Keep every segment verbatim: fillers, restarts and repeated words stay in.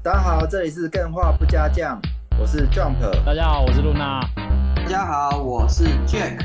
大家好，这里是更画不加酱，我是 Jump。 大家好，我是露娜。 大家好，我是 Jack。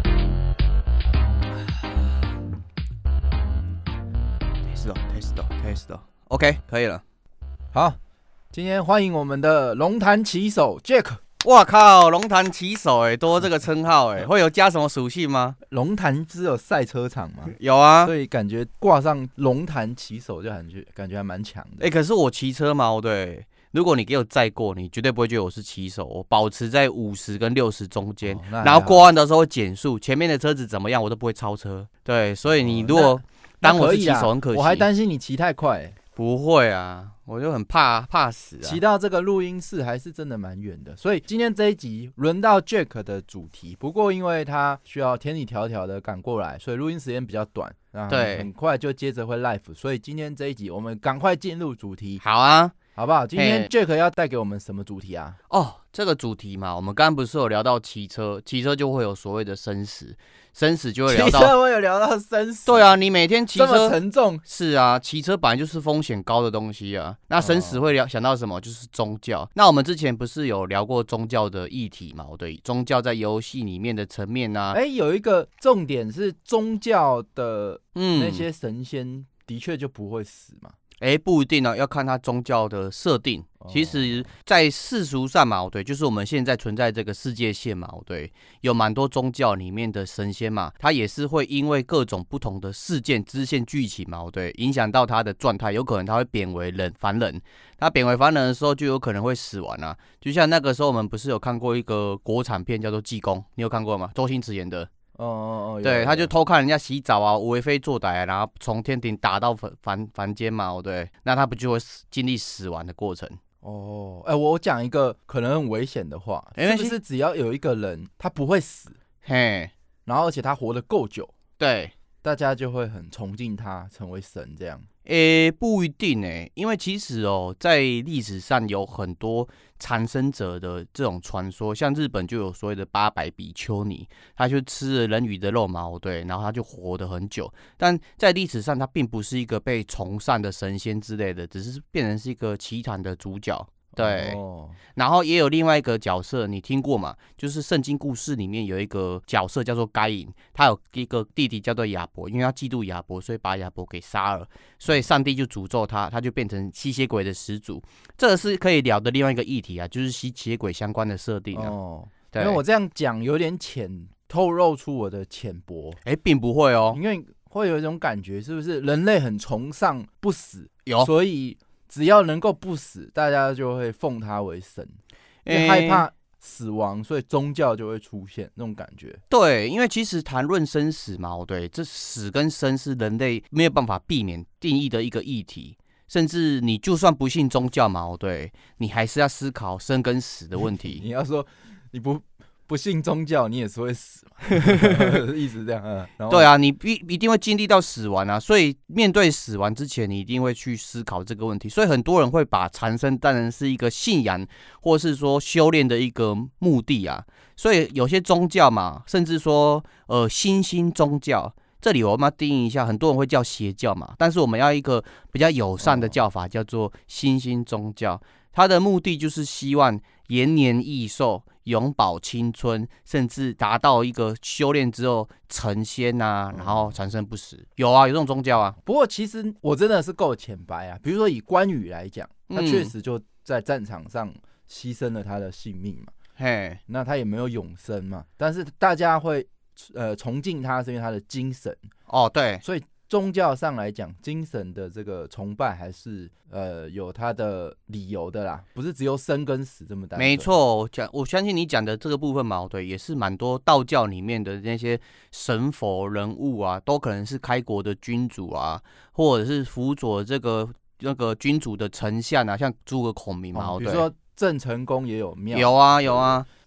test 哦 test 哦 test 哦 OK 可以了。 好，今天欢迎我们的龙潭骑手 Jack。 哇靠，龙潭骑手哎，多这个称号哎，会有加什么属性吗？ 龙潭只有赛车场吗？ 有啊， 所以感觉挂上龙潭骑手就感觉感觉还蛮强的。 哎、欸，可是我骑车嘛，对，如果你给我载过，你绝对不会觉得我是骑手，我保持在五十跟六十中间、哦，然后过弯的时候会减速，前面的车子怎么样我都不会超车。对，所以你如果当我是骑手很可惜， 我还担心你骑太快、欸。 不会啊，我就很怕怕死啊。 骑到这个录音室还是真的蛮远的，所以今天这一集轮到 Jack 的主题。不过因为他需要千里迢迢的赶过来，所以录音时间比较短， 对， 很快就接着会 live。所以今天这一集我们赶快进入主题。 好啊， 好不好？今天 Jack 要带给我们什么主题啊？ 哦，这个主题嘛，我们刚刚不是有聊到骑车，骑车就会有所谓的生死。生死就会聊到， 骑车会有聊到生死。 对啊，你每天骑车这么沉重。 是啊，骑车本来就是风险高的东西啊。那生死会聊想到什么？就是宗教。那我们之前不是有聊过宗教的议题嘛？对，宗教在游戏里面的层面啊。 哎、欸，有一个重点是宗教的那些神仙的确就不会死嘛。 哎、欸，不一定啊，要看他宗教的设定。其实，在世俗上嘛，对，就是我们现在存在这个世界线嘛，对，有蛮多宗教里面的神仙嘛，他也是会因为各种不同的事件、支线剧情嘛，对，影响到他的状态，有可能他会贬为人凡人。他贬为凡人的时候，就有可能会死亡啊。就像那个时候，我们不是有看过一个国产片叫做《济公》，你有看过吗？周星驰演的。 哦哦哦， 对，他就偷看人家洗澡啊，为非作歹、啊，然后从天庭打到凡凡间嘛，对，那他不就会死经历死亡的过程？ 哦，哎、欸，我讲一个可能很危险的话，是不是只要有一个人他不会死， 嘿， 然后而且他活得够久， 对， 大家就会很崇敬他，成为神这样？ 诶、欸，不一定诶、欸，因为其实哦，在历史上有很多长生者的这种传说，像日本就有所谓的八百比丘尼，他就吃了人鱼的肉嘛，对，然后他就活得很久。但在历史上，他并不是一个被崇尚的神仙之类的，只是变成是一个奇谈的主角。对、哦，然后也有另外一个角色，你听过吗？就是圣经故事里面有一个角色叫做该隐，他有一个弟弟叫做亚伯，因为他嫉妒亚伯，所以把亚伯给杀了，所以上帝就诅咒他，他就变成吸血鬼的始祖。这个是可以聊的另外一个议题啊，就是吸血鬼相关的设定啊。 哦， 对， 因为我这样讲有点浅，透露出我的浅薄。 哎，并不会哦， 因为会有一种感觉，是不是人类很崇尚不死？ 有， 所以只要能够不死，大家就会奉他为神，因为害怕死亡，所以宗教就会出现那种感觉。 对，因为其实谈论生死嘛，对，这死跟生是人类没有办法避免定义的一个议题。甚至你就算不信宗教嘛，对，你还是要思考生跟死的问题。 你要说你不不信宗教，你也是会死嘛，一直这样。嗯、 对啊，你必一定会经历到死亡啊，所以面对死亡之前，你一定会去思考这个问题。所以很多人会把长生当然是一个信仰，或是说修炼的一个目的啊。所以有些宗教嘛，甚至说呃新兴宗教。这里我们要定义一下，很多人会叫邪教嘛，但是我们要一个比较友善的叫法，叫做新兴宗教。它的目的就是希望延年益寿、永葆青春，甚至达到一个修炼之后成仙啊，然后长生不死。有啊，有这种宗教啊。 不过其实我真的是够浅白啊。比如说以关羽来讲，他确实就在战场上牺牲了他的性命嘛， 嘿， 那他也没有永生嘛，但是大家会。呃，崇敬他是因为他的精神哦，对， 所以宗教上来讲，精神的这个崇拜还是呃有他的理由的啦，不是只有生跟死这么单纯。 没错，讲我相信你讲的这个部分嘛，对，也是蛮多道教里面的那些神佛人物啊，都可能是开国的君主啊，或者是辅佐这个那个君主的丞相啊，像诸葛孔明嘛， 哦、比如说郑成功也有庙， 有啊有啊。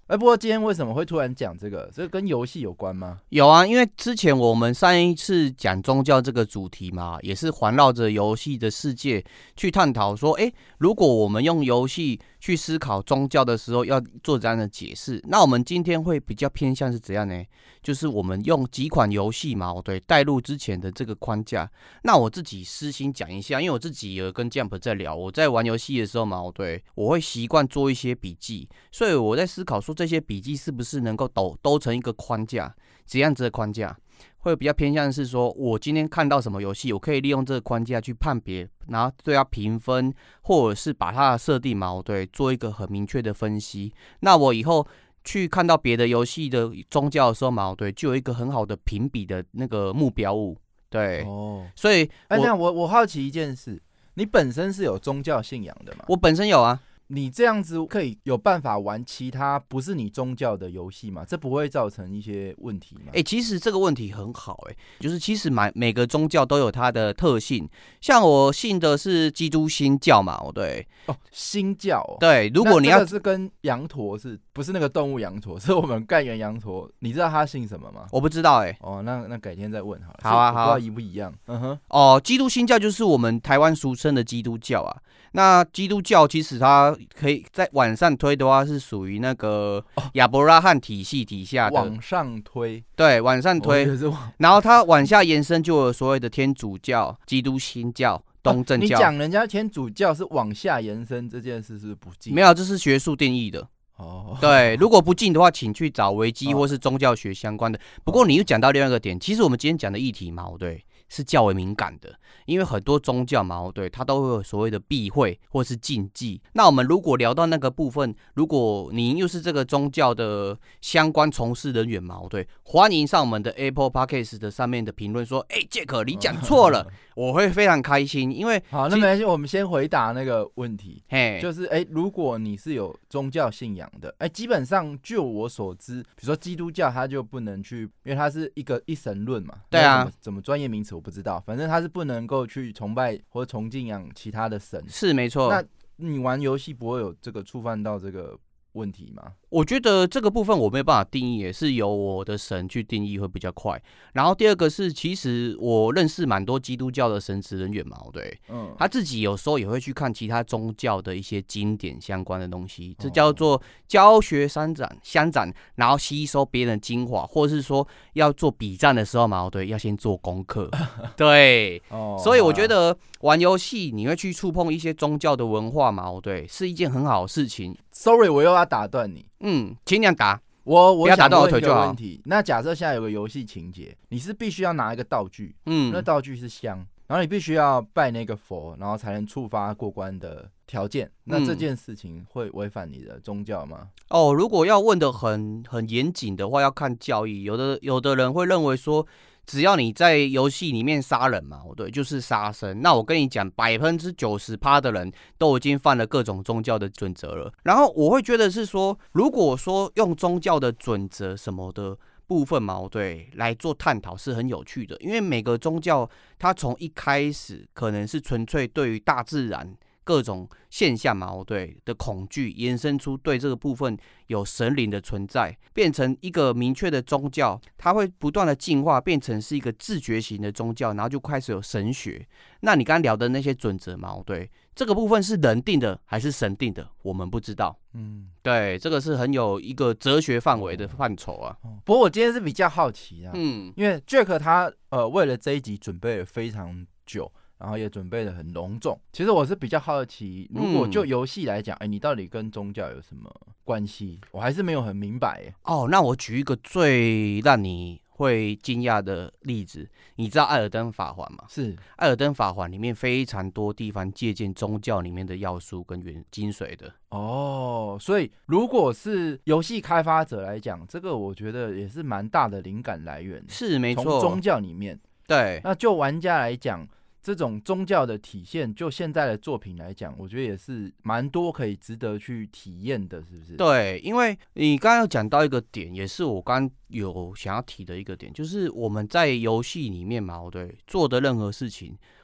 哎，不过今天为什么会突然讲这个？这跟游戏有关吗？ 有啊，因为之前我们上一次讲宗教这个主题嘛，也是环绕着游戏的世界去探讨说，哎，如果我们用游戏去思考宗教的时候，要做怎样的解释？那我们今天会比较偏向是怎样呢？就是我们用几款游戏嘛，对，带入之前的这个框架。那我自己私心讲一下，因为我自己有跟 Jump 在聊，我在玩游戏的时候嘛，对，我会习惯做一些笔记，所以我在思考说这些笔记是不是能够兜兜成一个框架，怎样子的框架？会比较偏向是说，我今天看到什么游戏，我可以利用这个框架去判别，然后对它评分，或者是把它的设定嘛，对，做一个很明确的分析。那我以后去看到别的游戏的宗教的时候嘛，对，就有一个很好的评比的那个目标物，对，哦，所以哎，这样我我好奇一件事，你本身是有宗教信仰的吗？ 我本身有啊。 你这样子可以有办法玩其他不是你宗教的游戏吗？这不会造成一些问题吗？ 哎、欸，其实这个问题很好、欸，哎，就是其实每每个宗教都有它的特性。像我信的是基督新教嘛，对， 哦，新教、哦， 对，如果你要是跟羊驼是不是那个动物羊驼？是我们干员羊驼，你知道他信什么吗？ 我不知道、欸，哎， 哦，那那改天再问好了。 好啊，好啊， 不知道一不一样？嗯哼， 哦，基督新教就是我们台湾俗称的基督教啊。那基督教其实它可以在往上推的话，是属于那个亚伯拉罕体系底下的。 往上推， 对，往上推。然后它往下延伸，就有所谓的天主教、基督新教、东正教。 啊、你讲人家天主教是往下延伸这件事，是不是不敬？ 没有，这是学术定义的。哦，对，如果不敬的话，请去找维基或是宗教学相关的。不过你又讲到另外一个点，其实我们今天讲的议题嘛，对，是较为敏感的，因为很多宗教嘛，对，它都会有所谓的避讳或是禁忌。那我们如果聊到那个部分，如果您又是这个宗教的相关从事人员嘛，对，欢迎上我们的 Apple Podcast 的上面的评论说，哎、欸，杰克，你讲错了，我会非常开心，因为好，那没关系，我们先回答那个问题，嘿，就是哎、欸，如果你是有宗教信仰的，哎、欸，基本上就我所知，比如说基督教，它就不能去，因为它是一个一神论嘛， 对啊， 怎么专业名词我不知道，反正它是不能够去崇拜或崇敬仰其他的神， 是没错。 那你玩游戏不会有这个触犯到这个问题吗？ 我觉得这个部分我没有办法定义，也是由我的神去定义会比较快。然后第二个是，其实我认识蛮多基督教的神职人员嘛，对，嗯，他自己有时候也会去看其他宗教的一些经典相关的东西，这叫做教学相长，相长，然后吸收别人的精华，或者是说要做笔战的时候嘛，对，要先做功课，对，哦，所以我觉得玩游戏你会去触碰一些宗教的文化嘛，对，是一件很好的事情。 Sorry， 我又要打断你。 嗯，尽量打。 我我不要打断我腿就好。 问题，那假设现在有个游戏情节，你是必须要拿一个道具，嗯，那道具是香，然后你必须要拜那个佛，然后才能触发过关的条件。那这件事情会违反你的宗教吗？ 哦，如果要问的很很严谨的话，要看教义。有的有的人会认为说，只要你在游戏里面杀人嘛，对，就是杀生。那我跟你讲，百分之九十趴的人都已经犯了各种宗教的准则了。然后我会觉得是说，如果说用宗教的准则什么的部分嘛，对，来做探讨是很有趣的，因为每个宗教它从一开始可能是纯粹对于大自然各种现象嘛，对的恐惧，延伸出对这个部分有神灵的存在，变成一个明确的宗教，它会不断的进化，变成是一个自觉型的宗教，然后就开始有神学。那你刚刚聊的那些准则嘛，对，这个部分是人定的还是神定的，我们不知道。嗯，对，这个是很有一个哲学范围的范畴啊。 不过我今天是比较好奇啊，嗯，因为 Jack 他呃为了这一集准备了非常久。然后也准备得很隆重。其实我是比较好奇，如果就游戏来讲，哎、嗯，你到底跟宗教有什么关系？我还是没有很明白耶。 哦，那我举一个最让你会惊讶的例子，你知道《艾尔登法环》吗？ 是，《 艾尔登法环》里面非常多地方借鉴宗教里面的要素跟原精髓的。 哦，所以如果是游戏开发者来讲，这个我觉得也是蛮大的灵感来源。 是，没错。 从宗教里面， 对。 那就玩家来讲。这种宗教的体现，就现在的作品来讲，我觉得也是蛮多可以值得去体验的，是不是？ 对，因为你刚刚有讲到一个点，也是我刚有想要提的一个点，就是我们在游戏里面嘛，对，做的任何事情，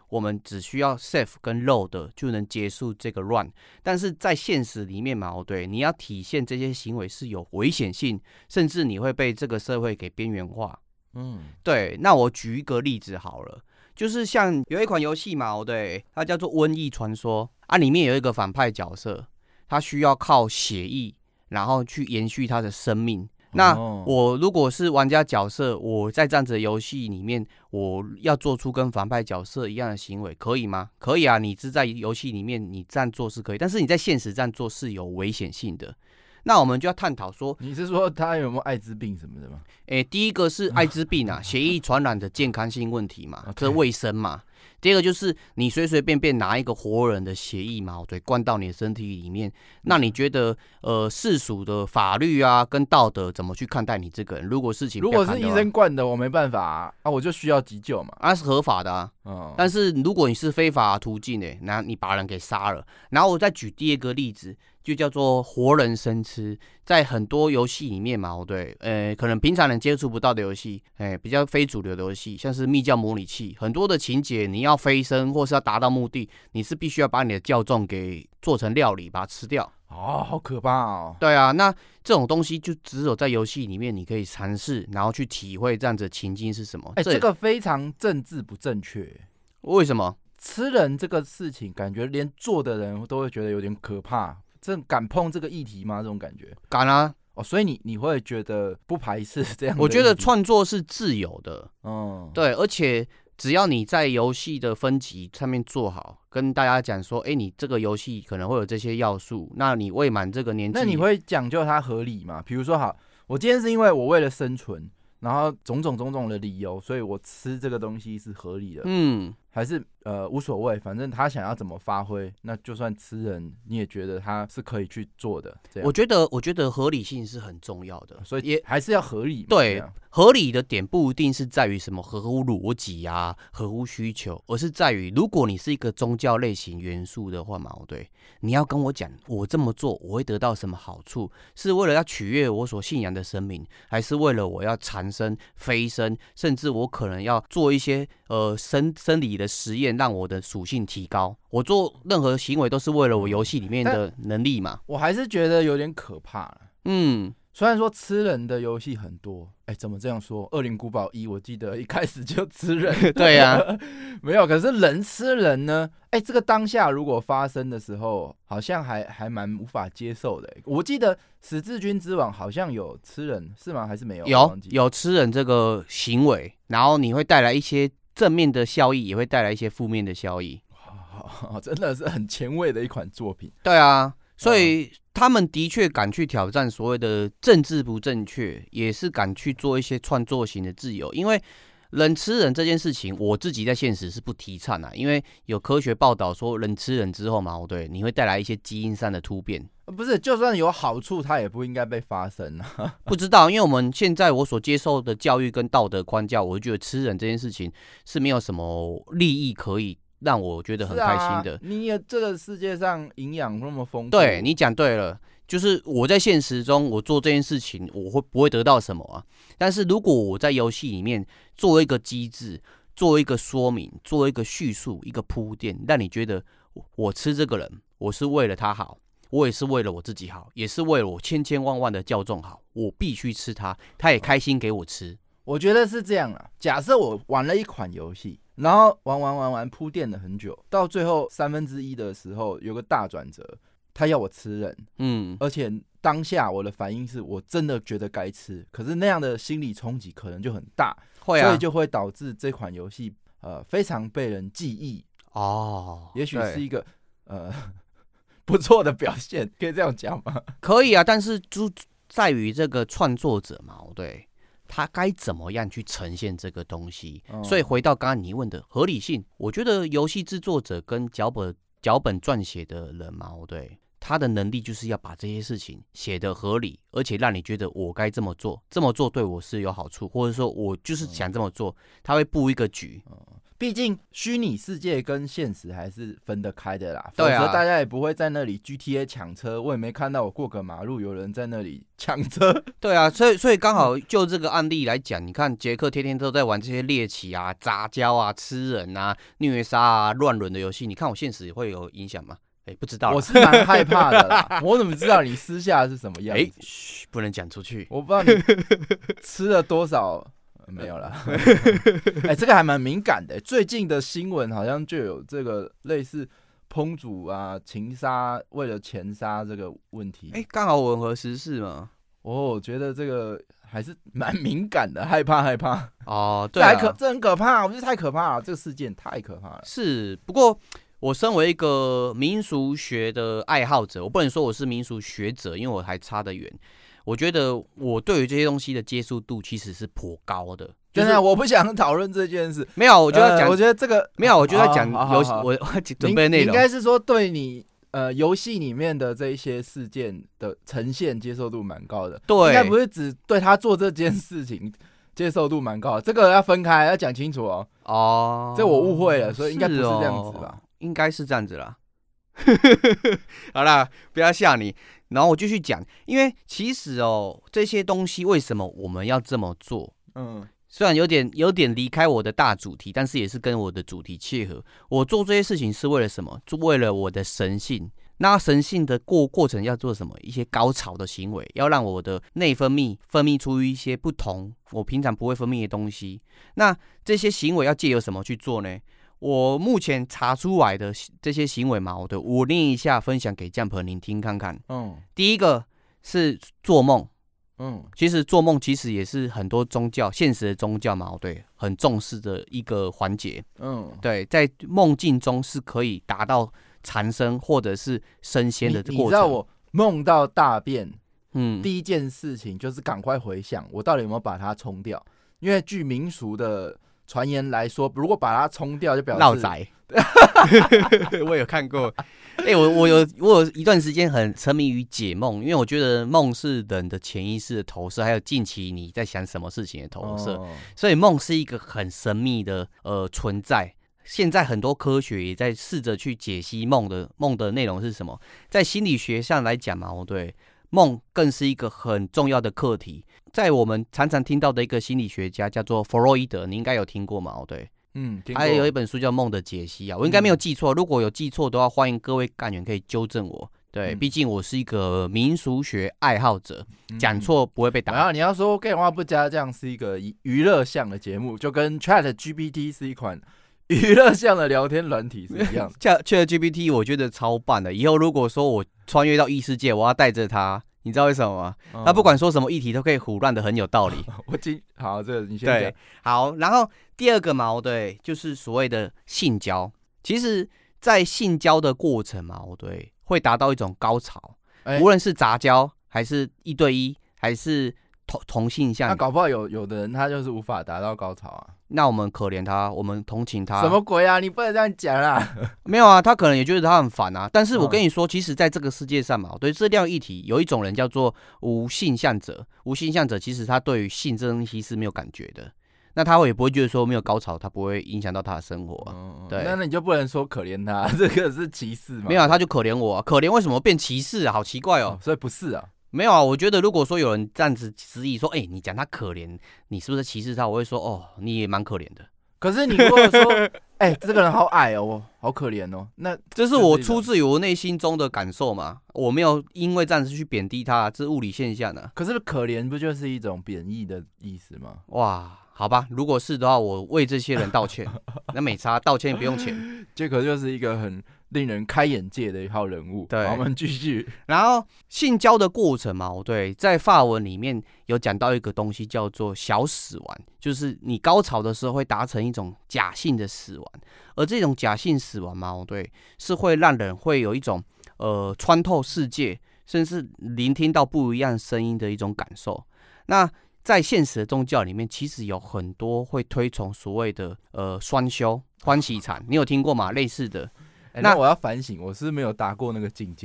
我们只需要 save 跟 load 就能结束这个 run， 但是在现实里面嘛，对，你要体现这些行为是有危险性，甚至你会被这个社会给边缘化。嗯，对，那我举一个例子好了，就是像有一款游戏嘛，对，它叫做《瘟疫传说》啊，里面有一个反派角色，他需要靠血液，然后去延续他的生命。那我如果是玩家角色，我在这样子的游戏里面，我要做出跟反派角色一样的行为，可以吗？可以啊，你是在游戏里面你这样做是可以，但是你在现实这样做是有危险性的。那我们就要探讨说， 你是说他有没有艾滋病什么的吗？ 诶，第一个是艾滋病啊，血液传染的健康性问题嘛，这卫生嘛。第二个就是你随随便便拿一个活人的血液嘛，对，灌到你的身体里面，那你觉得呃世俗的法律啊跟道德怎么去看待你这个人？如果事情如果是医生灌的，我没办法啊，啊我就需要急救嘛， 啊是合法的啊。哦、但是如果你是非法途径诶，那你把人给杀了，然后我再举第二个例子。就叫做活人生吃，在很多游戏里面嘛，对，呃，可能平常人接触不到的游戏，哎，比较非主流的游戏，像是密教模拟器，很多的情节你要飞升或是要达到目的，你是必须要把你的教众给做成料理，把它吃掉。 哦，好可怕哦！ 对啊，那这种东西就只有在游戏里面你可以尝试，然后去体会这样子的情境是什么。 哎，这个非常政治不正确。 为什么？ 吃人这个事情，感觉连做的人都会觉得有点可怕。这敢碰这个议题吗？这种感觉敢啊！ 哦，所以你你会觉得不排斥这样的？ 我觉得创作是自由的，嗯，对，而且只要你在游戏的分级上面做好，跟大家讲说，哎、欸，你这个游戏可能会有这些要素，那你未满这个年纪， 那你会讲究它合理吗？比如说，好，我今天是因为我为了生存，然后种种种种的理由，所以我吃这个东西是合理的，嗯。还是呃无所谓，反正他想要怎么发挥，那就算吃人，你也觉得他是可以去做的。这样， 我觉得，我觉得合理性是很重要的， 所以也还是要合理嘛。 对，合理的点不一定是在于什么合乎逻辑啊、合乎需求，而是在于如果你是一个宗教类型元素的话嘛，对，你要跟我讲，我这么做我会得到什么好处？是为了要取悦我所信仰的神明，还是为了我要长生、飞升，甚至我可能要做一些呃生生理的实验让我的属性提高，我做任何行为都是为了我游戏里面的能力嘛。 我还是觉得有点可怕。嗯，虽然说吃人的游戏很多，哎、欸，怎么这样说？恶灵古堡一，我记得一开始就吃人， 对呀、啊， 没有。可是人吃人呢？哎、欸，这个当下如果发生的时候，好像还还蛮无法接受的。我记得十字军之王好像有吃人，是吗？还是没有？ 有有吃人这个行为，然后你会带来一些正面的效益，也会带来一些负面的效益。 哦、真的是很前卫的一款作品。 对啊，所以他们的确敢去挑战所谓的政治不正确，也是敢去做一些创作型的自由。因为人吃人这件事情，我自己在现实是不提倡啊，因为有科学报道说人吃人之后嘛，对，你会带来一些基因上的突变。 不是，就算有好处，它也不应该被发生啊。 不知道，因为我们现在我所接受的教育跟道德框架，我就觉得吃人这件事情是没有什么利益可以让我觉得很开心的。 啊、你也这个世界上营养那么丰富， 对，你讲对了，就是我在现实中我做这件事情，我会不会得到什么啊？但是如果我在游戏里面做一个机制，做一个说明，做一个叙述，一个铺垫，让你觉得我吃这个人，我是为了他好。我也是为了我自己好，也是为了我千千万万的教众好，我必须吃它，他也开心给我吃。 我觉得是这样啦。假设我玩了一款游戏，然后玩玩玩玩铺垫了很久，到最后三分之一的时候有个大转折，他要我吃人，嗯，而且当下我的反应是我真的觉得该吃，可是那样的心理冲击可能就很大， 会啊， 所以就会导致这款游戏呃非常被人记忆哦，也许是一个呃。不错的表现，可以这样讲吗？ 可以啊，但是就在于这个创作者嘛，对，他该怎么样去呈现这个东西。哦、所以回到刚刚你问的合理性，我觉得游戏制作者跟脚本脚本撰写的人嘛，对， 他的能力就是要把这些事情写得合理，而且让你觉得我该这么做，这么做对我是有好处，或者说我就是想这么做，他会布一个局。 毕竟虚拟世界跟现实还是分得开的啦， 对啊， 否则大家也不会在那里 G T A 抢车，我也没看到我过个马路有人在那里抢车。 对啊，所以所以刚好就这个案例来讲，你看杰克天天都在玩这些猎奇啊、杂交啊、吃人啊、虐杀啊、乱伦的游戏，你看我现实会有影响吗？哎、欸，不知道， 我是蛮害怕的啦。我怎么知道你私下是什么样子？哎、 欸，嘘，不能讲出去。 我不知道你吃了多少。没有啦，哎、欸，这个还蛮敏感的。最近的新闻好像就有这个类似烹煮啊、情杀为了钱杀这个问题。 哎、欸，刚好吻合时事嘛。 哦，我觉得这个还是蛮敏感的，害怕害怕。 哦，对、啊， 这还可这很可怕，我觉得太可怕了，这个事件太可怕了。 是，不过我身为一个民俗学的爱好者，我不能说我是民俗学者，因为我还差得远。我觉得我对于这些东西的接受度其实是颇高的。 真的、就是，我不想讨论这件事。 没有，我就要讲、 呃，我觉得这个没有，我就在讲游戏，我我准备内容。 应该是说对你呃游戏里面的这一些事件的呈现接受度蛮高的。 对， 应该不是只对他做这件事情接受度蛮高的，这个要分开，要讲清楚哦。哦，这我误会了，所以应该不是这样子吧？ 哦、应该是这样子啦。好啦，不要吓你。然后我继续讲，因为其实哦，这些东西为什么我们要这么做？嗯，虽然有点有点离开我的大主题，但是也是跟我的主题切合。我做这些事情是为了什么？就为了我的神性。那神性的过过程要做什么？一些高潮的行为，要让我的内分泌分泌出一些不同我平常不会分泌的东西。那这些行为要借由什么去做呢？我目前查出来的这些行为嘛，我的我念一下，分享给酱朋您听看看。嗯，第一个是做梦。嗯，其实做梦其实也是很多宗教现实的宗教嘛，对，很重视的一个环节。嗯，对，在梦境中是可以达到缠身或者是升仙的过程。 你, 你知道我梦到大便，嗯，第一件事情就是赶快回想我到底有没有把它冲掉，因为据民俗的传言来说，如果把它冲掉，就表示落宅。我有看过，哎、欸，我我有我有一段时间很沉迷于解梦，因为我觉得梦是人的潜意识的投射，还有近期你在想什么事情的投射，哦、所以梦是一个很神秘的呃存在。现在很多科学也在试着去解析梦的梦的内容是什么，在心理学上来讲嘛，对，梦更是一个很重要的课题。在我们常常听到的一个心理学家叫做弗洛伊德，你应该有听过嘛？对。嗯，还有一本书叫《梦的解析》啊，我应该没有记错、嗯。如果有记错的话，欢迎各位干员可以纠正我。对，毕、嗯、竟我是一个民俗学爱好者，讲、嗯、错不会被打。 然后你要说干话不加，这样是一个娱乐向的节目，就跟 Chat G P T 是一款娱乐向的聊天软体是一样。 Chat G P T 我觉得超棒的，以后如果说我穿越到异世界，我要带着它。你知道为什么吗？嗯、他不管说什么议题都可以胡乱的很有道理。 我今好，这个你先讲。 对，好，然后第二个嘛，对，就是所谓的性交。其实，在性交的过程嘛，对，会达到一种高潮，欸、无论是杂交还是一对一，还是同同性相。 那搞不好有有的人他就是无法达到高潮啊。 那我们可怜他，我们同情他。 什么鬼啊！你不能这样讲啦。 没有啊，他可能也觉得他很烦啊。但是我跟你说，嗯、其实在这个世界上嘛，对这样议题，有一种人叫做无性向者。无性向者其实他对于性这东西是没有感觉的。那他也不会觉得说没有高潮，他不会影响到他的生活、啊嗯。对， 那你就不能说可怜他，这个是歧视吗？ 没有、啊，他就可怜我、啊。可怜为什么变歧视啊？好奇怪哦。 哦所以不是啊。 没有啊，我觉得如果说有人这样子质疑说，哎、欸，你讲他可怜，你是不是歧视他？我会说，哦，你也蛮可怜的。 可是你如果说，哎、欸，这个人好矮哦，好可怜哦，那这是我出自于我内心中的感受嘛，我没有因为这样子去贬低他，这是物理现象啊。 可是可怜不就是一种贬义的意思吗？ 哇，好吧，如果是的话，我为这些人道歉。那没差，道歉不用钱。 杰克就是一个很令人开眼界的一号人物。 对， 好我们继续。 然后性交的过程嘛，对，在法文里面有讲到一个东西叫做小死亡，就是你高潮的时候会达成一种假性的死亡，而这种假性死亡嘛，对，是会让人会有一种呃穿透世界，甚至聆听到不一样声音的一种感受。那在现实的宗教里面，其实有很多会推崇所谓的呃双修欢喜禅，你有听过吗？类似的。 欸、那我要反省，我是没有达过那个境界。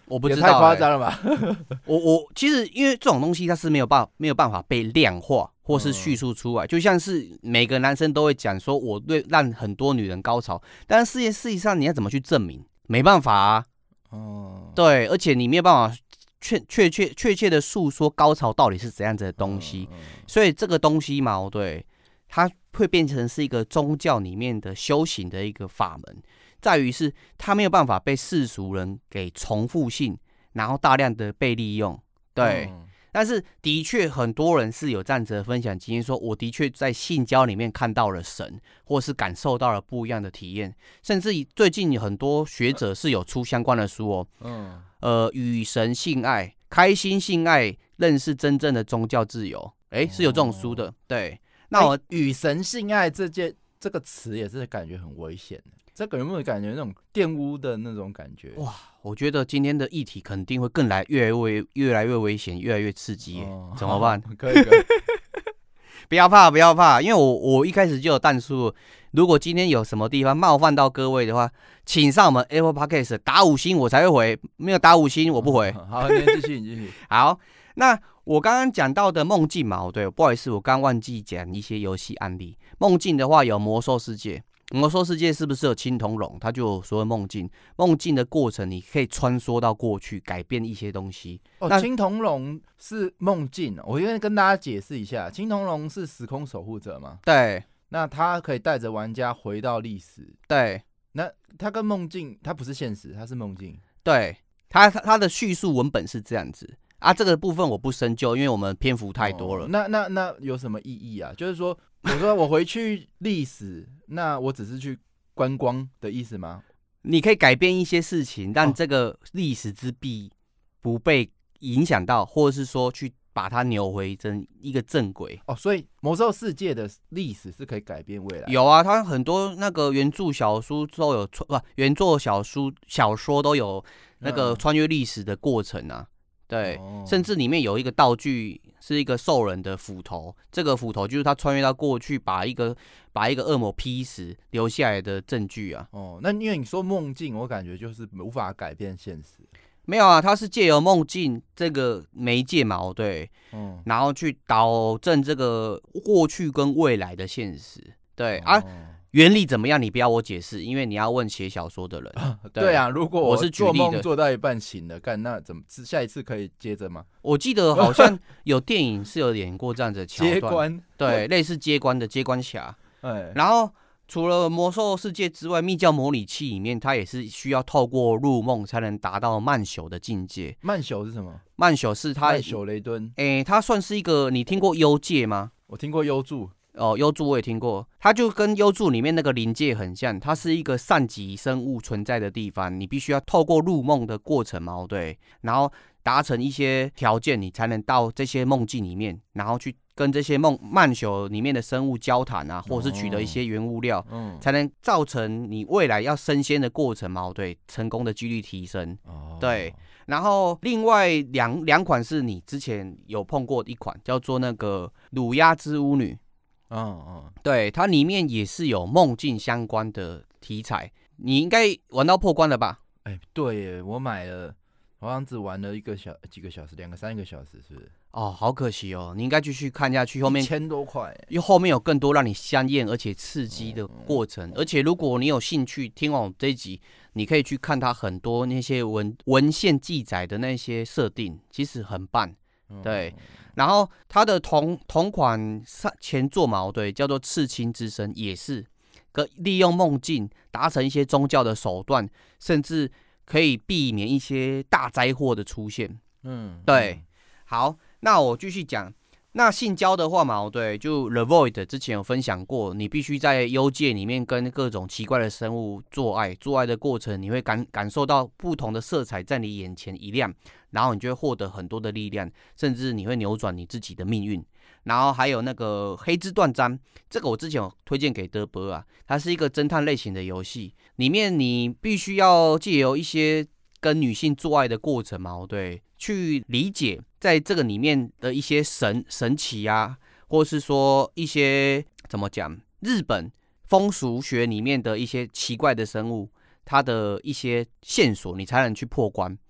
我不知道、欸， 也太夸张了吧？ 我我其实因为这种东西它是没有办法没有办法被量化或是叙述出来，嗯、就像是每个男生都会讲说我对让很多女人高潮，但是事实上你要怎么去证明？没办法啊。哦，对，而且你没有办法确确确确切的诉说高潮到底是怎样子的东西，嗯嗯、所以这个东西嘛，对，它会变成是一个宗教里面的修行的一个法门。在于是它没有办法被世俗人给重复性，然后大量的被利用，对。嗯、但是的确很多人是有这样子的分享经验，说我的确在性交里面看到了神，或是感受到了不一样的体验，甚至最近很多学者是有出相关的书哦。嗯。呃，与神性爱，开心性爱，认识真正的宗教自由，哎，是有这种书的，哦、对。那我与神性爱这件这个词也是感觉很危险的。这个有没有感觉那种玷污的那种感觉？ 哇，我觉得今天的议题肯定会更来越来越越来越危险，越来越刺激耶，哦、怎么办？ 可以可以， 不要怕，不要怕，因为我我一开始就有弹出，如果今天有什么地方冒犯到各位的话，请上我们 Apple Podcast 打五星，我才会回，没有打五星我不回。 哦、好，你继续，你继续。 好，那我刚刚讲到的梦境嘛，对，不好意思，我刚忘记讲一些游戏案例。梦境的话有魔兽世界。魔兽世界是不是有青铜龙？它就有所谓梦境，梦境的过程你可以穿梭到过去，改变一些东西。 哦，青铜龙是梦境，我先跟大家解释一下，青铜龙是时空守护者嘛？ 对， 那它可以带着玩家回到历史。 对， 那它跟梦境，它不是现实，它是梦境。 对，它它的叙述文本是这样子啊，这个部分我不深究，因为我们篇幅太多了。 哦、那那那有什么意义啊？就是说。我说我回去历史，那我只是去观光的意思吗？ 你可以改变一些事情，让这个历史之弊不被影响到，或者是说去把它扭回成一个正轨。 哦，所以魔兽世界的历史是可以改变未来的。 有啊，它很多那个原著小说都有，不，原作小说小说都有那个穿越历史的过程啊。对，哦、甚至里面有一个道具是一个兽人的斧头，这个斧头就是他穿越到过去，把一个把一个恶魔劈死留下来的证据啊。 哦，那因为你说梦境，我感觉就是无法改变现实。 没有啊，它是借由梦境这个媒介嘛，对，嗯，然后去导正这个过去跟未来的现实。对、哦、啊。原理怎么样？你不要我解释，因为你要问写小说的人。 对, 对啊，如果我是做梦做到一半醒了，干那怎么下一次可以接着吗？ 我记得好像有电影是有演过这样子的桥段， 接关， 对，类似接关的接关侠。然后除了魔兽世界之外，密教模拟器里面它也是需要透过入梦才能达到慢朽的境界。 慢朽是什么？ 慢朽是它慢朽雷敦。 哎，它算是一个，你听过幽界吗？ 我听过幽助。 哦，幽助我也听过，它就跟幽助里面那个灵界很像，它是一个善己生物存在的地方，你必须要透过入梦的过程嘛，对，然后达成一些条件，你才能到这些梦境里面，然后去跟这些梦慢朽里面的生物交谈啊，或者是取得一些原物料，哦、才能造成你未来要升仙的过程嘛，对，成功的几率提升，哦、对。然后另外两两款是你之前有碰过的一款，叫做那个乳鸦之巫女。嗯嗯，对，它里面也是有梦境相关的题材，你应该玩到破关了吧？ 哎，对耶，我买了，好像只玩了一个小几个小时，两个三个小时，是不是？ 哦，好可惜哦，你应该继续看下去，后面一千多块， 因为后面有更多让你香艳而且刺激的过程，嗯、而且如果你有兴趣听完我这一集，你可以去看它很多那些文文献记载的那些设定，其实很棒，对。嗯然后它的同同款前作嘛，对，叫做《刺青之声》，也是可利用梦境达成一些宗教的手段，甚至可以避免一些大灾祸的出现。嗯，对。好，那我继续讲。那性交的话嘛，对，就 The Void 之前有分享过，你必须在幽界里面跟各种奇怪的生物做爱，做爱的过程你会感感受到不同的色彩在你眼前一亮，然后你就会获得很多的力量，甚至你会扭转你自己的命运。然后还有那个黑之断章，这个我之前有推荐给德伯啊，它是一个侦探类型的游戏，里面你必须要借由一些跟女性做爱的过程嘛，对，去理解在这个里面的一些神神奇啊，或是说一些怎么讲，日本风俗学里面的一些奇怪的生物，它的一些线索，你才能去破关。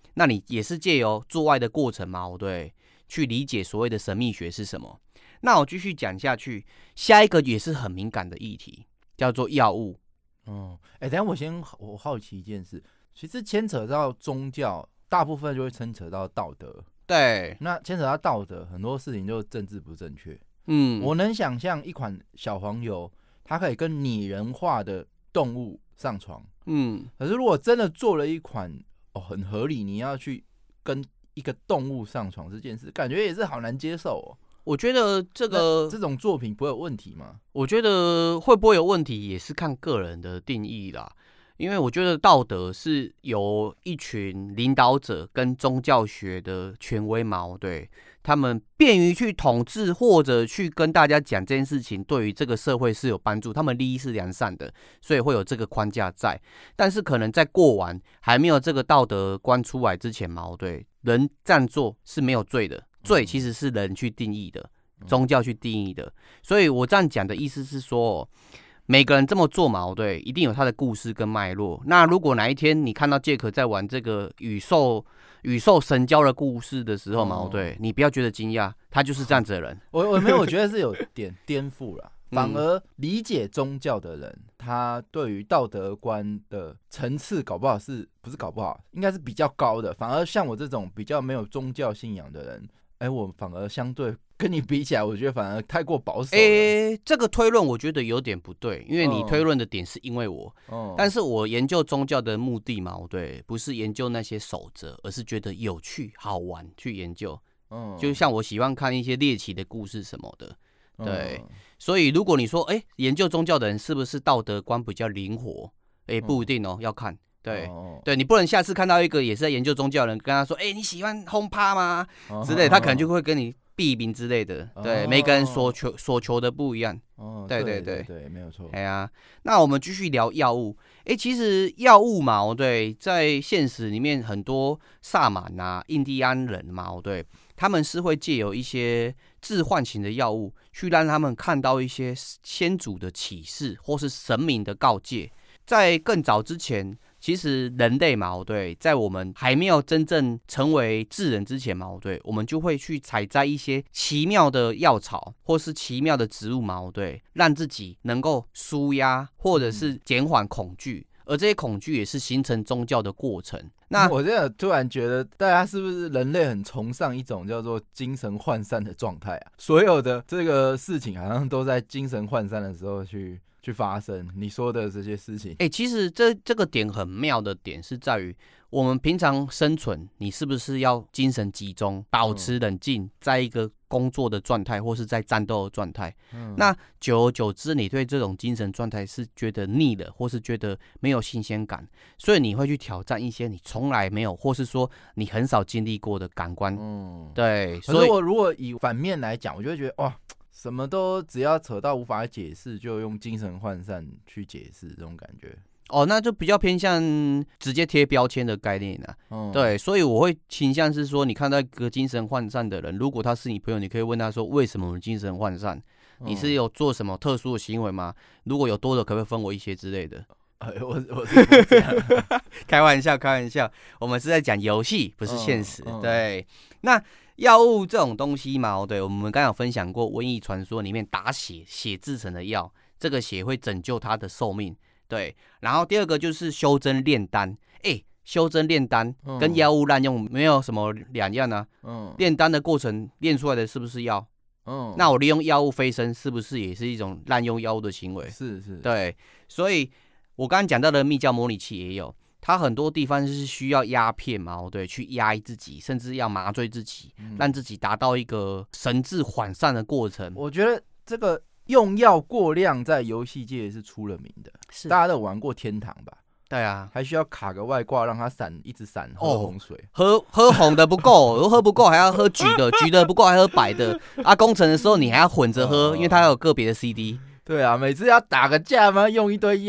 那你也是借由做爱的过程嘛，对，去理解所谓的神秘学是什么。那我继续讲下去，下一个也是很敏感的议题，叫做药物。 哦，哎、欸，等一下我先我好奇一件事，其实牵扯到宗教，大部分就会牵扯到道德。 对， 那牵扯到道德，很多事情就政治不正确。 嗯， 我能想象一款小黄油，它可以跟拟人化的动物上床。嗯，可是如果真的做了一款哦很合理，你要去跟一个动物上床这件事，感觉也是好难接受哦。 我觉得这个这种作品不会有问题吗？ 我觉得会不会有问题，也是看个人的定义啦。因为我觉得道德是由一群领导者跟宗教学的权威嘛，对，他们便于去统治或者去跟大家讲这件事情，对于这个社会是有帮助，他们利益是良善的，所以会有这个框架在。但是可能在过完还没有这个道德观出来之前嘛，对，人这样做是没有罪的，罪其实是人去定义的，宗教去定义的。所以我这样讲的意思是说，每个人这么做嘛，对，一定有他的故事跟脉络。那如果哪一天你看到杰克在玩这个宇宙宇宙神交的故事的时候嘛，对，你不要觉得惊讶，他就是这样子的人。 我我没有，我觉得是有点颠覆啦。反而理解宗教的人，他对于道德观的层次，搞不好是不是搞不好，应该是比较高的。反而像我这种比较没有宗教信仰的人，哎、欸，我反而相对跟你比起来，我觉得反而太过保守了。 哎、欸，这个推论我觉得有点不对，因为你推论的点是因为我，哦、但是我研究宗教的目的嘛，对，不是研究那些守则，而是觉得有趣好玩去研究。哦、就像我喜欢看一些猎奇的故事什么的。对，嗯、所以如果你说，哎、欸，研究宗教的人是不是道德观比较灵活？哎、欸，不一定哦，嗯、要看。对，哦、对你不能下次看到一个也是在研究宗教的人，跟他说，哎、欸，你喜欢轰趴吗？哦、之类的，他可能就会跟你避名之类的。哦、对，每个人所求所求的不一样。哦，对对对对, 对，没有错。 哎呀、啊，那我们继续聊药物。哎、欸，其实药物嘛，对，在现实里面很多萨满啊、印第安人嘛，对。他们是会借由一些致幻型的药物，去让他们看到一些先祖的启示，或是神明的告诫。在更早之前，其实人类嘛，对，在我们还没有真正成为智人之前嘛，对，我们就会去采摘一些奇妙的药草，或是奇妙的植物嘛，对，让自己能够抒压，或者是减缓恐惧。而这些恐惧也是形成宗教的过程。那我这样突然觉得，大家是不是人类很崇尚一种叫做精神涣散的状态啊？所有的这个事情好像都在精神涣散的时候去去发生。你说的这些事情， 哎、欸，其实这这个点很妙的点是在于，我们平常生存，你是不是要精神集中，保持冷静，在一个工作的状态，或是在战斗的状态？嗯、那久而久之，你对这种精神状态是觉得腻了，或是觉得没有新鲜感，所以你会去挑战一些你从来没有，或是说你很少经历过的感官。嗯，对。 可是我如果以反面来讲，我就会觉得哇，什么都只要扯到无法解释，就用精神涣散去解释，这种感觉。 哦，那就比较偏向直接贴标签的概念啊。嗯、对，所以我会倾向是说，你看到一个精神涣散的人，如果他是你朋友，你可以问他说，为什么你精神涣散？你是有做什么特殊的行为吗？如果有多的，可不可以分我一些之类的？ 哎，我我是不这样开玩笑，开玩笑，我们是在讲游戏，不是现实。 嗯嗯、 对，那药物这种东西嘛，对，我们刚刚有分享过瘟疫传说里面打血血制成的药，这个血会拯救他的寿命。对，然后第二个就是修真炼丹，哎，修真炼丹跟药物滥用没有什么两样啊。嗯，炼丹的过程炼出来的是不是药？嗯，那我利用药物飞升，是不是也是一种滥用药物的行为？ 是是， 对，所以我刚刚讲到的密教模拟器也有，它很多地方是需要鸦片嘛，对，去压抑自己，甚至要麻醉自己，嗯、让自己达到一个神志涣散的过程。 我觉得这个用药过量在游戏界是出了名的，是大家都有玩过天堂吧？ 对啊， 还需要卡个外挂让它闪，一直闪喝红水， 哦、喝喝红的不够，如果喝不够还要喝橘的，橘的不够还喝白的。啊，攻城的时候你还要混着喝，哦、因为它有个别的 C D。 对啊，每次要打个架嘛，用一堆药。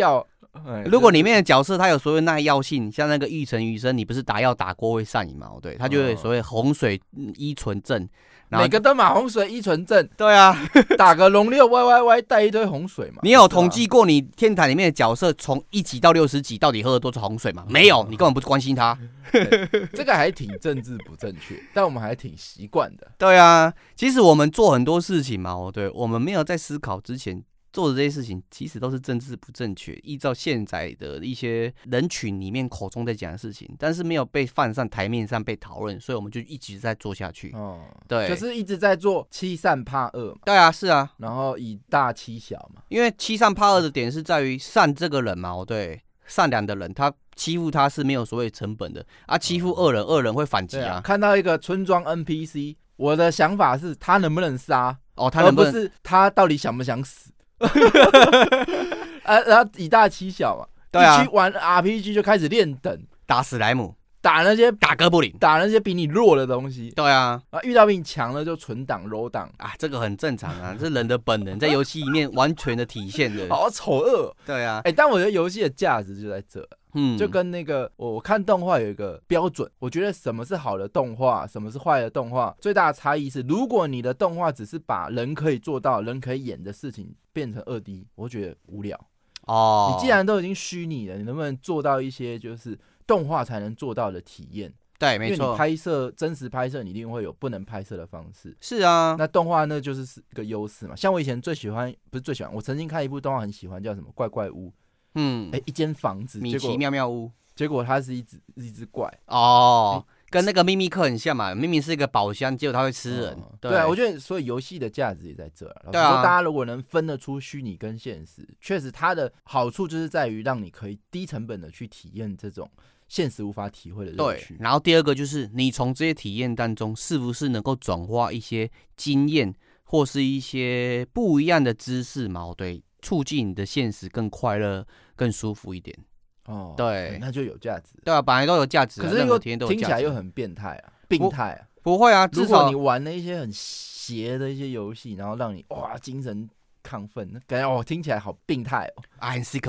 如果里面的角色他有所谓耐药性，像那个玉成余生，你不是打药打过会上瘾嘛？对，他就有所谓洪水依存症。 每个都马洪水依存症， 对啊， 打个龙六 Y Y Y 带一堆洪水嘛。 你有统计过你天坛里面的角色从一级到六十级到底喝了多少洪水吗？没有，你根本不关心他。 这个还挺政治不正确，但我们还挺习惯的。 对啊，其实我们做很多事情嘛，对，我们没有在思考之前做的这些事情，其实都是政治不正确，依照现在的一些人群里面口中在讲的事情，但是没有被放上台面上被讨论，所以我们就一直在做下去。哦，对， 就是一直在做欺善怕恶嘛。 对啊，是啊， 然后以大欺小嘛。 因为欺善怕恶的点是在于善这个人嘛，对，善良的人他欺负他是没有所谓成本的啊，欺负恶人，恶人会反击啊。 啊看到一个村庄 N P C， 我的想法是他能不能杀， 哦，他能不能， 而不是他到底想不想死。啊，然后以大欺小嘛，对啊，一去玩 R P G 就开始练等， 打史莱姆， 打那些打哥布林， 打那些比你弱的东西。 对啊， 啊，遇到比你强的就存档柔档啊，这个很正常啊，这是人的本能，在游戏里面完全的体现的。 好丑恶， 对啊， 哎、欸，但我觉得游戏的价值就在这。嗯，就跟那个我看动画有一个标准，我觉得什么是好的动画，什么是坏的动画，最大的差异是，如果你的动画只是把人可以做到、人可以演的事情变成二 D， 我觉得无聊。哦，你既然都已经虚拟了，你能不能做到一些就是动画才能做到的体验？ 对，没错。 因为你拍摄真实拍摄，你一定会有不能拍摄的方式。 是啊， 那动画呢就是一个优势嘛。像我以前最喜欢，不是最喜欢，我曾经看一部动画很喜欢，叫什么《怪怪屋》。嗯，哎、欸，一间房子， 米奇妙妙屋， 结果它是一只一只怪哦，欸、跟那个秘密客很像嘛，明明是一个宝箱，结果它会吃人。哦、 对, 对啊，我觉得所以游戏的价值也在这。老实说，大家如果能分得出虚拟跟现实，确实它的好处就是在于让你可以低成本的去体验这种现实无法体会的乐趣。 对，然后第二个就是你从这些体验当中，是不是能够转化一些经验或是一些不一样的知识嘛？对。促进你的现实更快乐、更舒服一点。哦，对， 那就有价值。 对啊，本来都有价值， 可是又听起来又很变态啊，病态啊。 不会啊，至少如果你玩了一些很邪的一些游戏，然后让你哇精神亢奋，感觉哦听起来好病态哦。 I'm sick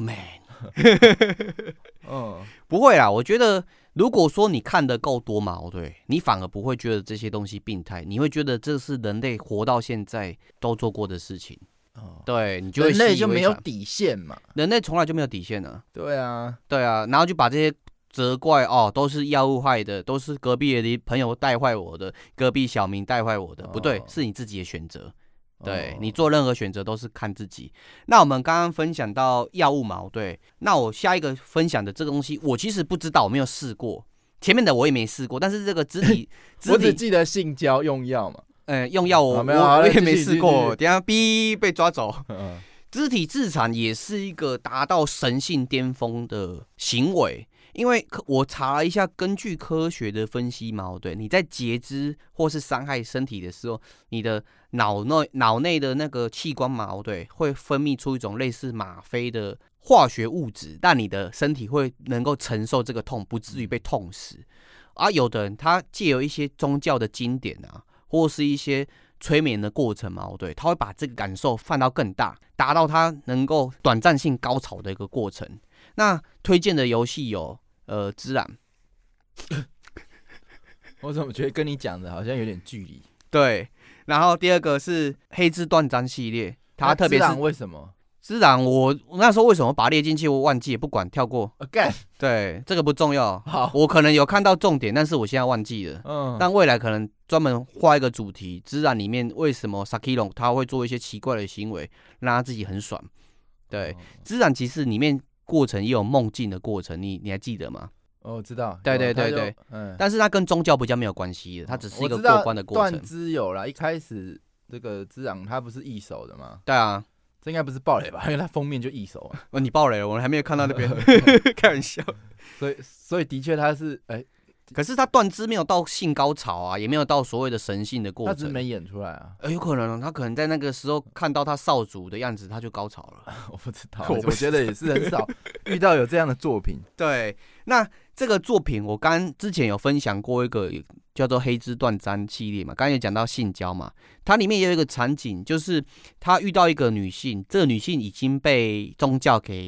man 。嗯，不会啦，我觉得如果说你看得够多嘛，对，你反而不会觉得这些东西病态，你会觉得这是人类活到现在都做过的事情。哦、对，你就会人类就没有底线嘛？ 人类从来就没有底线了。 对啊， 对啊，然后就把这些责怪哦，都是药物害的，都是隔壁的朋友带坏我的，隔壁小明带坏我的，哦、不对，是你自己的选择。对、哦、你做任何选择都是看自己。那我们刚刚分享到药物嘛，对，那我下一个分享的这个东西，我其实不知道，我没有试过，前面的我也没试过，但是这个肢体，肢体我只记得性交用药嘛。 呃、嗯，用药我、啊、我, 我也没试过，等一下逼被抓走。嗯、肢体自残也是一个达到神性巅峰的行为，因为我查了一下，根据科学的分析嘛，对，你在截肢或是伤害身体的时候，你的脑内脑内的那个器官嘛，对，会分泌出一种类似吗啡的化学物质，但你的身体会能够承受这个痛，不至于被痛死。啊，有的人他藉由一些宗教的经典啊。或是一些催眠的过程嘛，对，他会把这个感受放到更大，达到他能够短暂性高潮的一个过程。那推荐的游戏有呃《只狼》， 我怎么觉得跟你讲的好像有点距离？ 对，然后第二个是《黑之断章》系列，它特别是 《只狼》为什么？ 只狼我，我那时候为什么把它列进去，我忘记，不管跳过。 干、uh, 对，这个不重要。好，我可能有看到重点，但是我现在忘记了。嗯，但未来可能专门画一个主题，只狼里面为什么 Sakilon 他会做一些奇怪的行为，让他自己很爽。对，只狼其实里面过程也有梦境的过程，你你还记得吗？ 哦，我知道。 对对对对，嗯，但是它跟宗教比较没有关系的，它只是一个过关的过程。 断肢有啦，一开始这个只狼他不是易手的吗？ 对啊。 这应该不是爆雷吧？因为它封面就易手啊。 哦，你爆雷了，我还没有看到那边。开玩笑。 所以，所以的确它是哎、欸， 可是他断肢没有到性高潮啊，也没有到所谓的神性的过程。 他只是没演出来啊。 呃，有可能他可能在那个时候看到他少主的样子，他就高潮了。 我不知道，我, 我觉得也是很少遇到有这样的作品。 对，那这个作品我刚之前有分享过一个叫做《黑之断章》系列嘛，刚才也讲到性交嘛，它里面也有一个场景，就是他遇到一个女性，这个女性已经被宗教给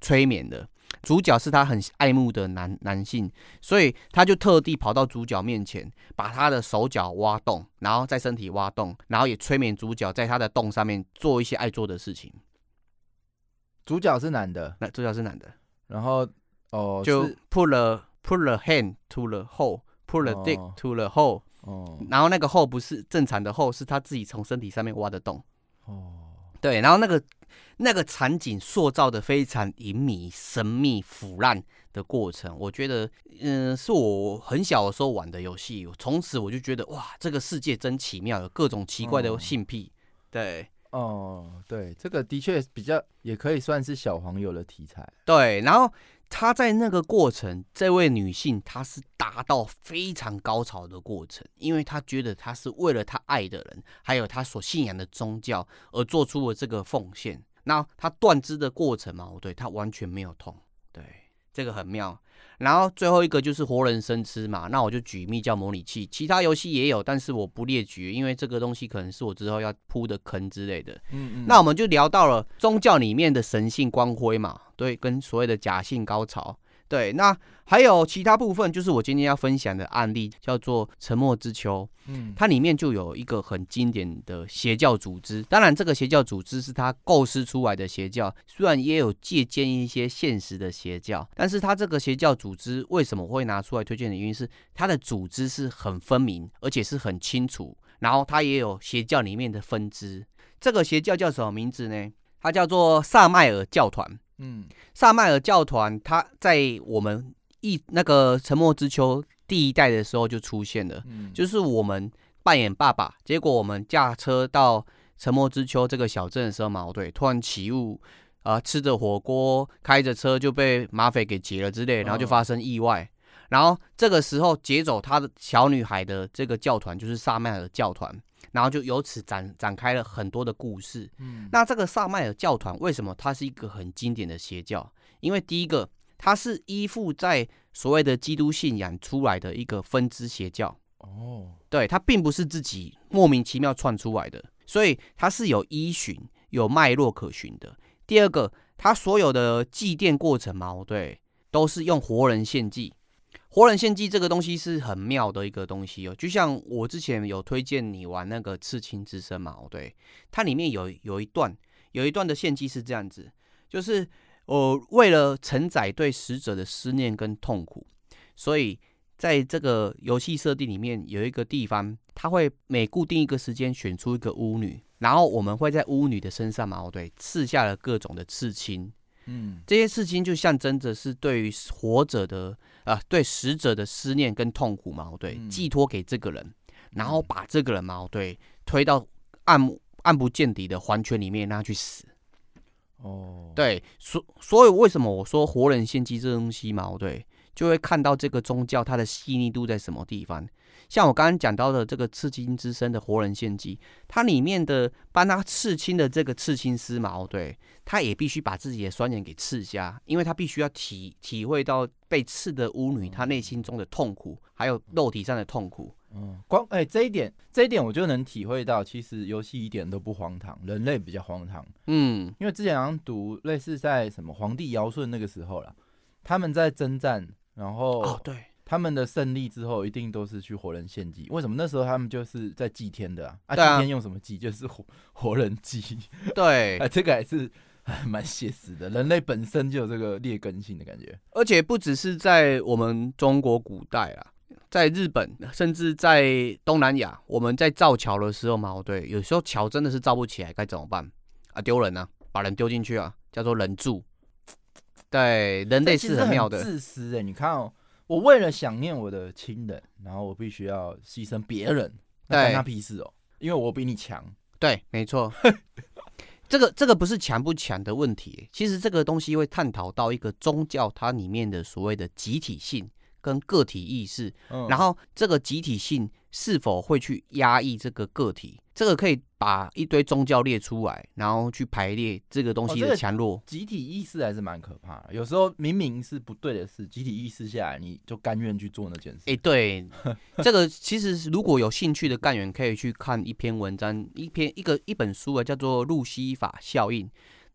催眠的。主角是他很爱慕的 男, 男性，所以他就特地跑到主角面前，把他的手脚挖洞，然后在身体挖洞，然后也催眠主角在他的洞上面做一些爱做的事情。 主角是男的， 那主角是男的， 然后哦， 就 put the put the hand to the hole, put the dick to the hole，哦，然后那个 hole 不是正常的 hole，是他自己从身体上面挖的洞。哦，对，然后那个那个场景塑造的非常隐秘、神秘、腐烂的过程，我觉得，嗯、呃，是我很小的时候玩的游戏，从此我就觉得哇，这个世界真奇妙，有各种奇怪的性癖。哦、对。 哦，对，这个的确比较也可以算是小黄油的题材。 对，然后她在那个过程，这位女性她是达到非常高潮的过程，因为她觉得她是为了她爱的人，还有她所信仰的宗教而做出了这个奉献。那她断肢的过程嘛，对，她完全没有痛，对，这个很妙。然后最后一个就是活人生吃嘛，那我就举密教模拟器，其他游戏也有，但是我不列举，因为这个东西可能是我之后要铺的坑之类的。嗯嗯。那我们就聊到了宗教里面的神性光辉嘛，对，跟所谓的假性高潮。对，那还有其他部分，就是我今天要分享的案例，叫做《沉默之丘》。嗯，它里面就有一个很经典的邪教组织，当然这个邪教组织是他构思出来的邪教，虽然也有借鉴一些现实的邪教，但是他这个邪教组织为什么会拿出来推荐的原因是，它的组织是很分明，而且是很清楚，然后它也有邪教里面的分支。这个邪教叫什么名字呢？它叫做萨麦尔教团。嗯，萨麦尔教团，它在我们一那个沉默之丘第一代的时候就出现了，嗯、就是我们扮演爸爸，结果我们驾车到沉默之丘这个小镇的时候嘛，对，突然起雾，呃，吃着火锅，开着车就被马匪给劫了之类，然后就发生意外。哦、然后这个时候劫走他的小女孩的这个教团就是萨麦尔教团。然后就由此 展, 展开了很多的故事。嗯，那这个萨麦尔教团为什么它是一个很经典的邪教？因为第一个，它是依附在所谓的基督信仰出来的一个分支邪教。哦，对，它并不是自己莫名其妙窜出来的，所以它是有依循、有脉络可循的。第二个，它所有的祭奠过程嘛，对，都是用活人献祭。活人献祭这个东西是很妙的一个东西哦，就像我之前有推荐你玩那个刺青之声嘛，对，它里面有有一段有一段的献祭是这样子，就是呃为了承载对死者的思念跟痛苦，所以在这个游戏设定里面有一个地方，它会每固定一个时间选出一个巫女，然后我们会在巫女的身上嘛，对，刺下了各种的刺青。嗯，这些刺青就象征着是对于活者的呃对死者的思念跟痛苦嘛，对，嗯、寄托给这个人，然后把这个人嘛，对，推到暗暗不见底的黄泉里面让他去死。哦，对，所所以为什么我说活人献祭这东西嘛，对，就会看到这个宗教它的细腻度在什么地方。像我刚刚讲到的这个刺青之身的活人献祭，它里面的帮他刺青的这个刺青师嘛，对，他也必须把自己的双眼给刺瞎，因为他必须要体体会到被刺的巫女她内心中的痛苦，还有肉体上的痛苦。 嗯，光哎、欸、这一点，这一点我就能体会到，其实游戏一点都不荒唐，人类比较荒唐。嗯，因为之前好像读类似在什么皇帝尧舜那个时候啦，他们在征战，然后哦对。 他们的胜利之后，一定都是去活人献祭。为什么那时候他们就是在祭天的啊？啊，祭天用什么祭？就是活活人祭。 对， 啊，这个还是蛮写实的。人类本身就有这个劣根性的感觉， 而且不只是在我们中国古代啊，在日本，甚至在东南亚，我们在造桥的时候嘛，对，有时候桥真的是造不起来，该怎么办啊？丢人啊，把人丢进去啊，叫做人柱。对，人类是很妙的， 自私哎、欸，你看哦。我为了想念我的亲人，然后我必须要牺牲别人，那干他屁事哦！因为我比你强。 对，没错。这个这个不是强不强的问题，其实这个东西会探讨到一个宗教它里面的所谓的集体性跟个体意识，嗯、然后这个集体性是否会去压抑这个个体，这个可以把一堆宗教列出来，然后去排列这个东西的强弱。 哦这个、集体意识还是蛮可怕的，有时候明明是不对的事，集体意识下来，你就甘愿去做那件事。 哎、欸，对，这个其实如果有兴趣的干员可以去看一篇文章，一篇一个一本书啊，叫做《路西法效应》。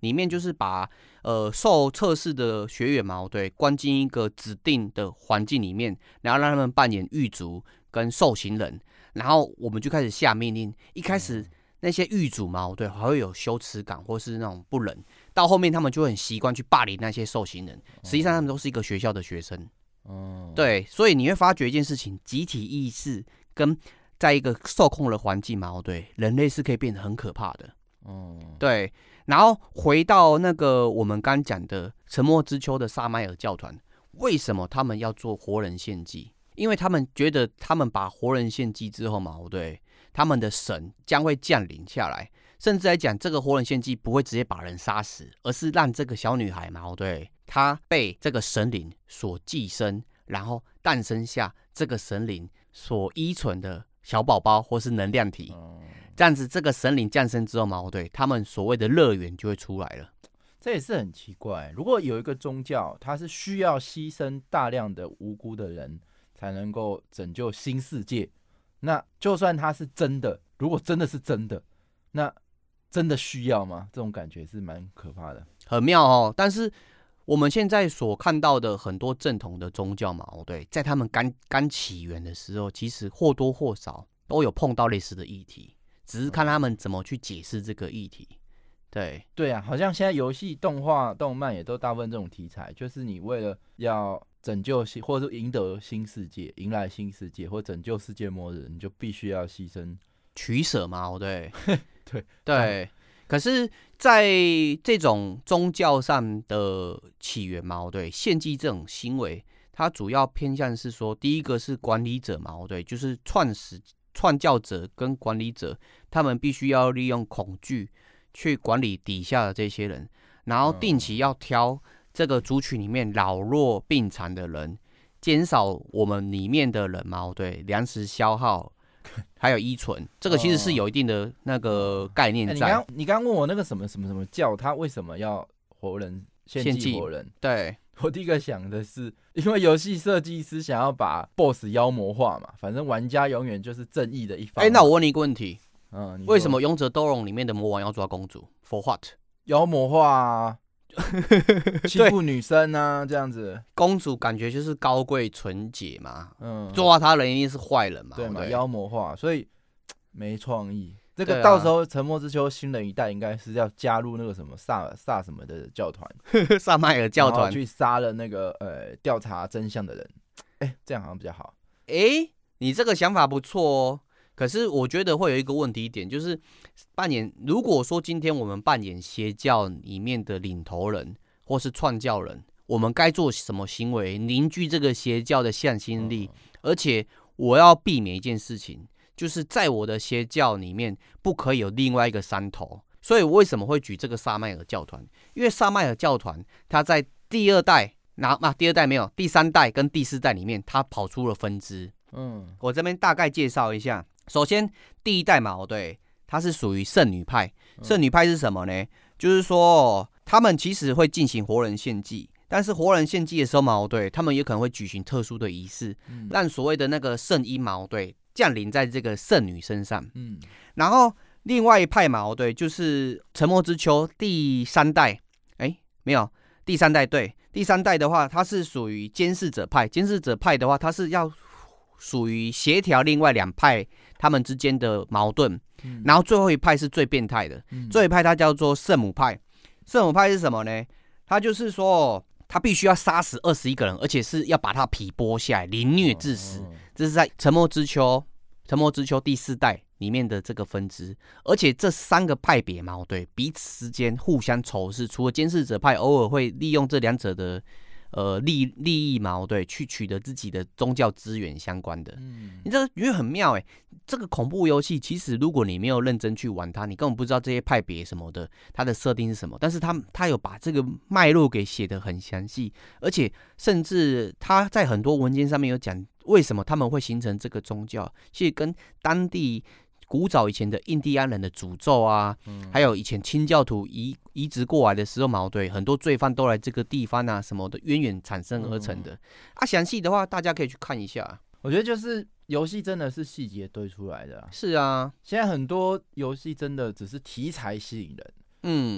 里面就是把呃受测试的学员嘛，对，关进一个指定的环境里面，然后让他们扮演狱卒跟受刑人，然后我们就开始下命令。一开始那些狱卒嘛，对，还会有羞耻感或是那种不忍，到后面他们就很习惯去霸凌那些受刑人，实际上他们都是一个学校的学生。哦，对，所以你会发觉一件事情，集体意识跟在一个受控的环境嘛，对，人类是可以变得很可怕的。哦，对，然后回到那个我们刚讲的沉默之丘的撒麦尔教团，为什么他们要做活人献祭？因为他们觉得他们把活人献祭之后嘛，对，他们的神将会降临下来，甚至来讲，这个活人献祭不会直接把人杀死，而是让这个小女孩嘛，对，她被这个神灵所寄生，然后诞生下这个神灵所依存的小宝宝或是能量体。这样子，这个神灵降生之后嘛，对，他们所谓的乐园就会出来了。 这也是很奇怪，如果有一个宗教，它是需要牺牲大量的无辜的人才能够拯救新世界，那就算它是真的，如果真的是真的，那真的需要吗？这种感觉是蛮可怕的， 很妙哦。但是我们现在所看到的很多正统的宗教嘛，对，在他们刚刚起源的时候，其实或多或少都有碰到类似的议题。只是看他们怎么去解释这个议题，对对啊，好像现在游戏、动画、动漫也都大部分这种题材，就是你为了要拯救新，或者是赢得新世界、迎来新世界，或拯救世界末日，你就必须要牺牲取舍嘛，对对对。可是，在这种宗教上的起源嘛，对，献祭这种行为，它主要偏向是说，第一个是管理者嘛，对，就是创始。创教者跟管理者，他们必须要利用恐惧去管理底下的这些人，然后定期要挑这个族群里面老弱病残的人，减少我们里面的人嘛，对，粮食消耗，还有依存，这个其实是有一定的那个概念在。 欸、你刚刚问我那个什么什么什么教，他为什么要活人献祭活人？ 对。 我第一个想的是，因为游戏设计师想要把 B O S S 妖魔化嘛，反正玩家永远就是正义的一方。 哎、欸，那我问你一个问题， 嗯， 为什么勇者斗龙里面的魔王要抓公主 ？For what？ 妖魔化啊，欺负女生啊，这样子。 公主感觉就是高贵纯洁嘛，嗯，抓她人一定是坏人嘛， 对嘛？ 对， 妖魔化，所以没创意。这个到时候沉默之丘新人一代应该是要加入那个什么萨萨什么的教团， 萨麦尔教团去杀了那个呃调查真相的人，哎、欸，这样好像比较好。 哎、欸，你这个想法不错哦。可是我觉得会有一个问题点，就是扮演如果说今天我们扮演邪教里面的领头人或是创教人，我们该做什么行为凝聚这个邪教的向心力？嗯、而且我要避免一件事情。就是在我的邪教里面不可以有另外一个山头，所以我为什么会举这个撒麦尔教团？因为撒麦尔教团它在第二代，然后啊第二代没有，第三代跟第四代里面它跑出了分支。嗯，我这边大概介绍一下。首先第一代嘛，对，它是属于圣女派。圣女派是什么呢？就是说他们其实会进行活人献祭。但是活人献祭的时候嘛，对，他们也可能会举行特殊的仪式，嗯、让所谓的那个圣婴嘛，对，降临在这个圣女身上。嗯，然后另外一派嘛，对，就是沉默之丘第三代，哎，没有第三代，对，第三代的话，它是属于监视者派。监视者派的话，它是要属于协调另外两派他们之间的矛盾。嗯、然后最后一派是最变态的，嗯、最后一派它叫做圣母派。圣母派是什么呢？它就是说。他必须要杀死二十一个人，而且是要把他皮剥下来，凌虐致死。哦哦、这是在沉默之丘，沉默之丘第四代里面的这个分支。而且这三个派别嘛，对，彼此之间互相仇视。除了监视者派偶尔会利用这两者的呃利利益嘛，对，去取得自己的宗教资源相关的。嗯，你这个觉得很妙哎。这个恐怖游戏其实如果你没有认真去玩它，你根本不知道这些派别什么的，它的设定是什么。但是他他有把这个脉络给写得很详细，而且甚至他在很多文件上面有讲为什么他们会形成这个宗教，其实跟当地古早以前的印第安人的诅咒啊，嗯、还有以前清教徒移移植过来的时候嘛，对，很多罪犯都来这个地方啊什么的渊源产生而成的。嗯、啊，详细的话大家可以去看一下。 我觉得就是游戏真的是细节堆出来的、啊。 是啊， 现在很多游戏真的只是题材吸引人，嗯，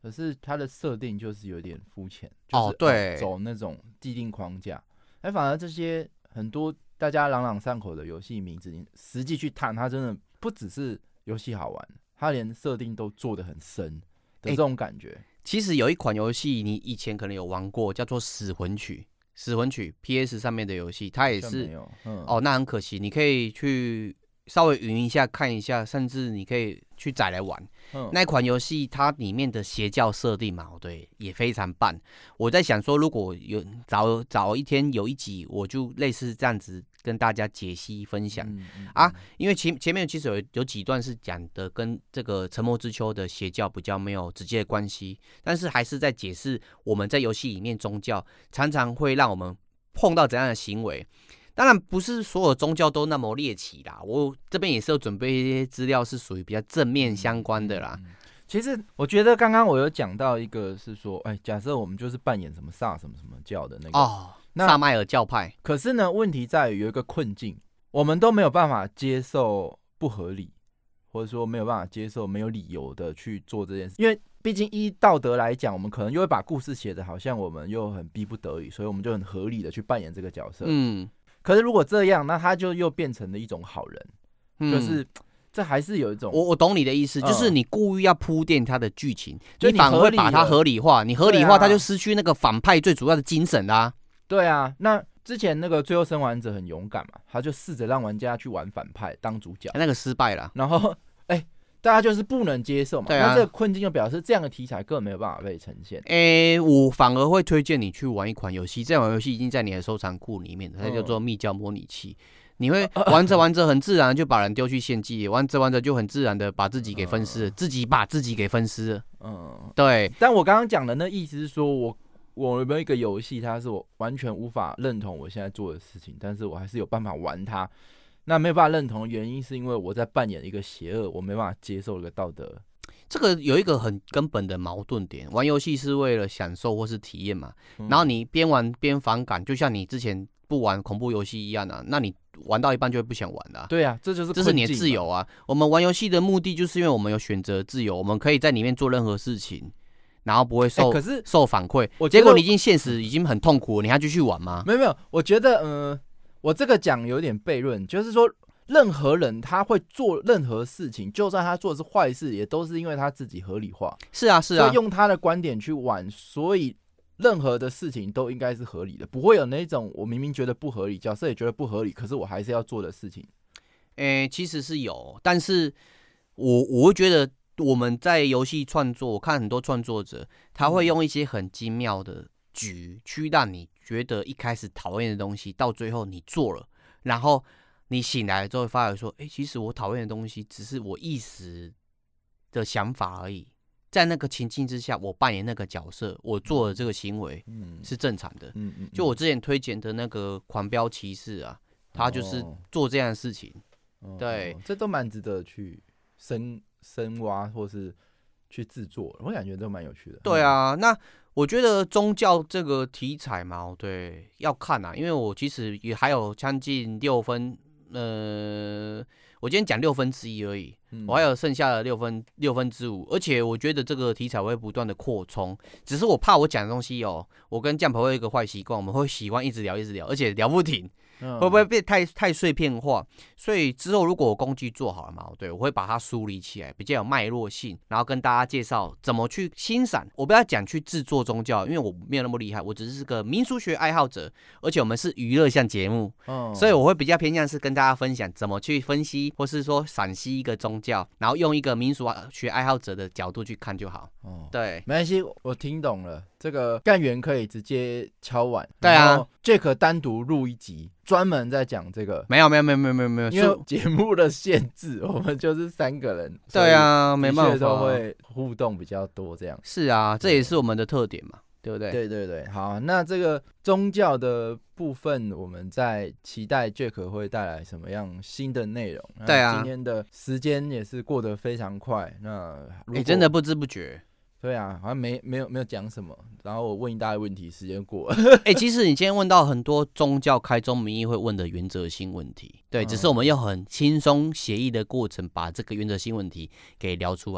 可是它的设定就是有点肤浅，就是、 哦，对， 走那种既定框架。哎，反而这些很多大家朗朗上口的游戏名字，你实际去探，它真的不只是游戏好玩，它连设定都做得很深的这种感觉。欸、 其实有一款游戏，你以前可能有玩过，叫做《死魂曲》。死魂曲 P S 上面的游戏，它也是、嗯、哦，那很可惜，你可以去稍微云一下看一下，甚至你可以去载来玩。嗯、那一款游戏它里面的邪教设定嘛，对，也非常棒。我在想说，如果有早早一天有一集，我就类似这样子跟大家解析分享、嗯嗯、啊，因为前前面其实有有几段是讲的跟这个沉默之丘的邪教比较没有直接的关系，但是还是在解释我们在游戏里面宗教常常会让我们碰到怎样的行为。当然不是所有宗教都那么猎奇啦，我这边也是有准备一些资料是属于比较正面相关的啦。 嗯嗯嗯、其实我觉得刚刚我有讲到一个是说，哎，假设我们就是扮演什么萨什么什么教的那个哦，萨麦尔教派。 可是呢，问题在于有一个困境，我们都没有办法接受不合理，或者说没有办法接受没有理由的去做这件事，因为毕竟依道德来讲，我们可能又会把故事写的好像我们又很逼不得已，所以我们就很合理的去扮演这个角色。嗯。可是如果这样，那他就又变成了一种好人，嗯、就是这还是有一种我我懂你的意思，嗯、就是你故意要铺垫他的剧情，你反而会把它合理化，你合理化，他就失去那个反派最主要的精神啦、啊。 对啊，那之前那个最后生还者很勇敢嘛，他就试着让玩家去玩反派当主角， 那个失败了， 然后哎。欸大家就是不能接受嘛，啊、那这个困境就表示这样的题材根本没有办法被呈现。 诶、欸，我反而会推荐你去玩一款游戏，这款游戏已经在你的收藏库里面，它叫做《密教模拟器》。你会玩着玩着很自然就把人丢去献祭，玩着玩着就很自然的把自己给分尸了，自己把自己给分尸了。嗯，对。 但我刚刚讲的那意思是说我我有没有一个游戏，它是我完全无法认同我现在做的事情，但是我还是有办法玩它。那没有办法认同的原因是因为我在扮演一个邪恶，我没办法接受一个道德。 这个有一个很根本的矛盾点，玩游戏是为了享受或是体验嘛，嗯、然后你边玩边反感，就像你之前不玩恐怖游戏一样啊，那你玩到一半就会不想玩了、啊。 对啊，这就是这是你的自由啊。我们玩游戏的目的就是因为我们有选择自由，我们可以在里面做任何事情，然后不会受、欸、可是受反馈。结果你已经现实已经很痛苦了，你还继续玩吗？ 没有没有，我觉得嗯。呃我这个讲有点悖论，就是说，任何人他会做任何事情，就算他做的是坏事，也都是因为他自己合理化。 是啊，是啊， 就用他的观点去玩，所以任何的事情都应该是合理的，不会有那种我明明觉得不合理，角色也觉得不合理，可是我还是要做的事情。 诶、欸，其实是有，但是我我会觉得我们在游戏创作，我看很多创作者他会用一些很精妙的局去让你觉得一开始讨厌的东西，到最后你做了，然后你醒来之后发现说，哎、欸，其实我讨厌的东西只是我一时的想法而已。在那个情境之下，我扮演那个角色，我做的这个行为是正常的。嗯嗯嗯、就我之前推荐的那个《狂飙骑士》啊，他就是做这样的事情。哦、对、 哦，这都蛮值得去深深挖，或是去制作，我感觉都蛮有趣的。 对啊，那。我觉得宗教这个题材嘛，对，要看啊，因为我其实也还有将近六分，呃，我今天讲六分之一而已，嗯、我还有剩下的六分六分之五，而且我觉得这个题材会不断的扩充，只是我怕我讲的东西哦，我跟酱婆会有一个坏习惯，我们会喜欢一直聊一直聊，而且聊不停。嗯、会不会变太太碎片化？所以之后如果我工具做好了嘛，对，我会把它梳理起来，比较有脉络性，然后跟大家介绍怎么去欣赏。我不要讲去制作宗教，因为我没有那么厉害，我只是个民俗学爱好者，而且我们是娱乐向节目，嗯、所以我会比较偏向是跟大家分享怎么去分析，或是说赏析一个宗教，然后用一个民俗学爱好者的角度去看就好。哦，对， 没关系，我听懂了。这个干员可以直接敲完， 对啊 ，Jack 单独录一集，专门在讲这个。 没有没有没有没有没有没有， 因为节目的限制，我们就是三个人。 对啊，没办法， 都会互动比较多，这样。 是啊，这也是我们的特点嘛，对不对？ 对对对，好，那这个宗教的部分，我们在期待 Jack 会带来什么样新的内容？ 对啊， 今天的时间也是过得非常快，那哎、欸，真的不知不觉。 对啊，好像没没有没有讲什么，然后我问一大堆问题，时间过了。 哎、欸，其实你今天问到很多宗教开宗明义会问的原则性问题，对，嗯、只是我们用很轻松写意的过程把这个原则性问题给聊出来了。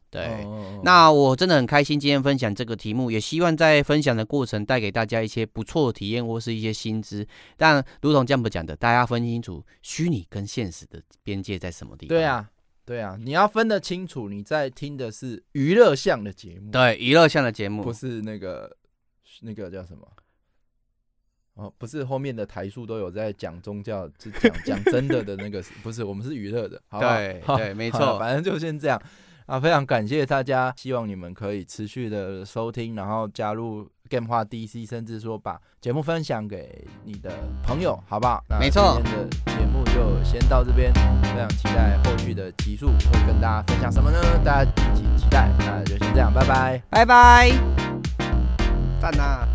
对，哦、那我真的很开心今天分享这个题目，也希望在分享的过程带给大家一些不错的体验或是一些新知。但如同 Jump 讲的，大家分清楚虚拟跟现实的边界在什么地方。 对啊。对啊，你要分得清楚，你在听的是娱乐向的节目， 对，娱乐向的节目， 不是那个那个叫什么？哦，不是后面的台数都有在讲宗教，是讲讲真的的那个，不是，我们是娱乐的，好不好？ 对对，没错， 反正就先这样啊。非常感谢大家，希望你们可以持续的收听，然后加入 Game 化 D C， 甚至说把节目分享给你的朋友，好不好？那没错， 今天的节目就先到这边，非常期待后续的集数会跟大家分享什么呢？大家敬请期待。那就先这样，拜拜， 拜拜，赞啊！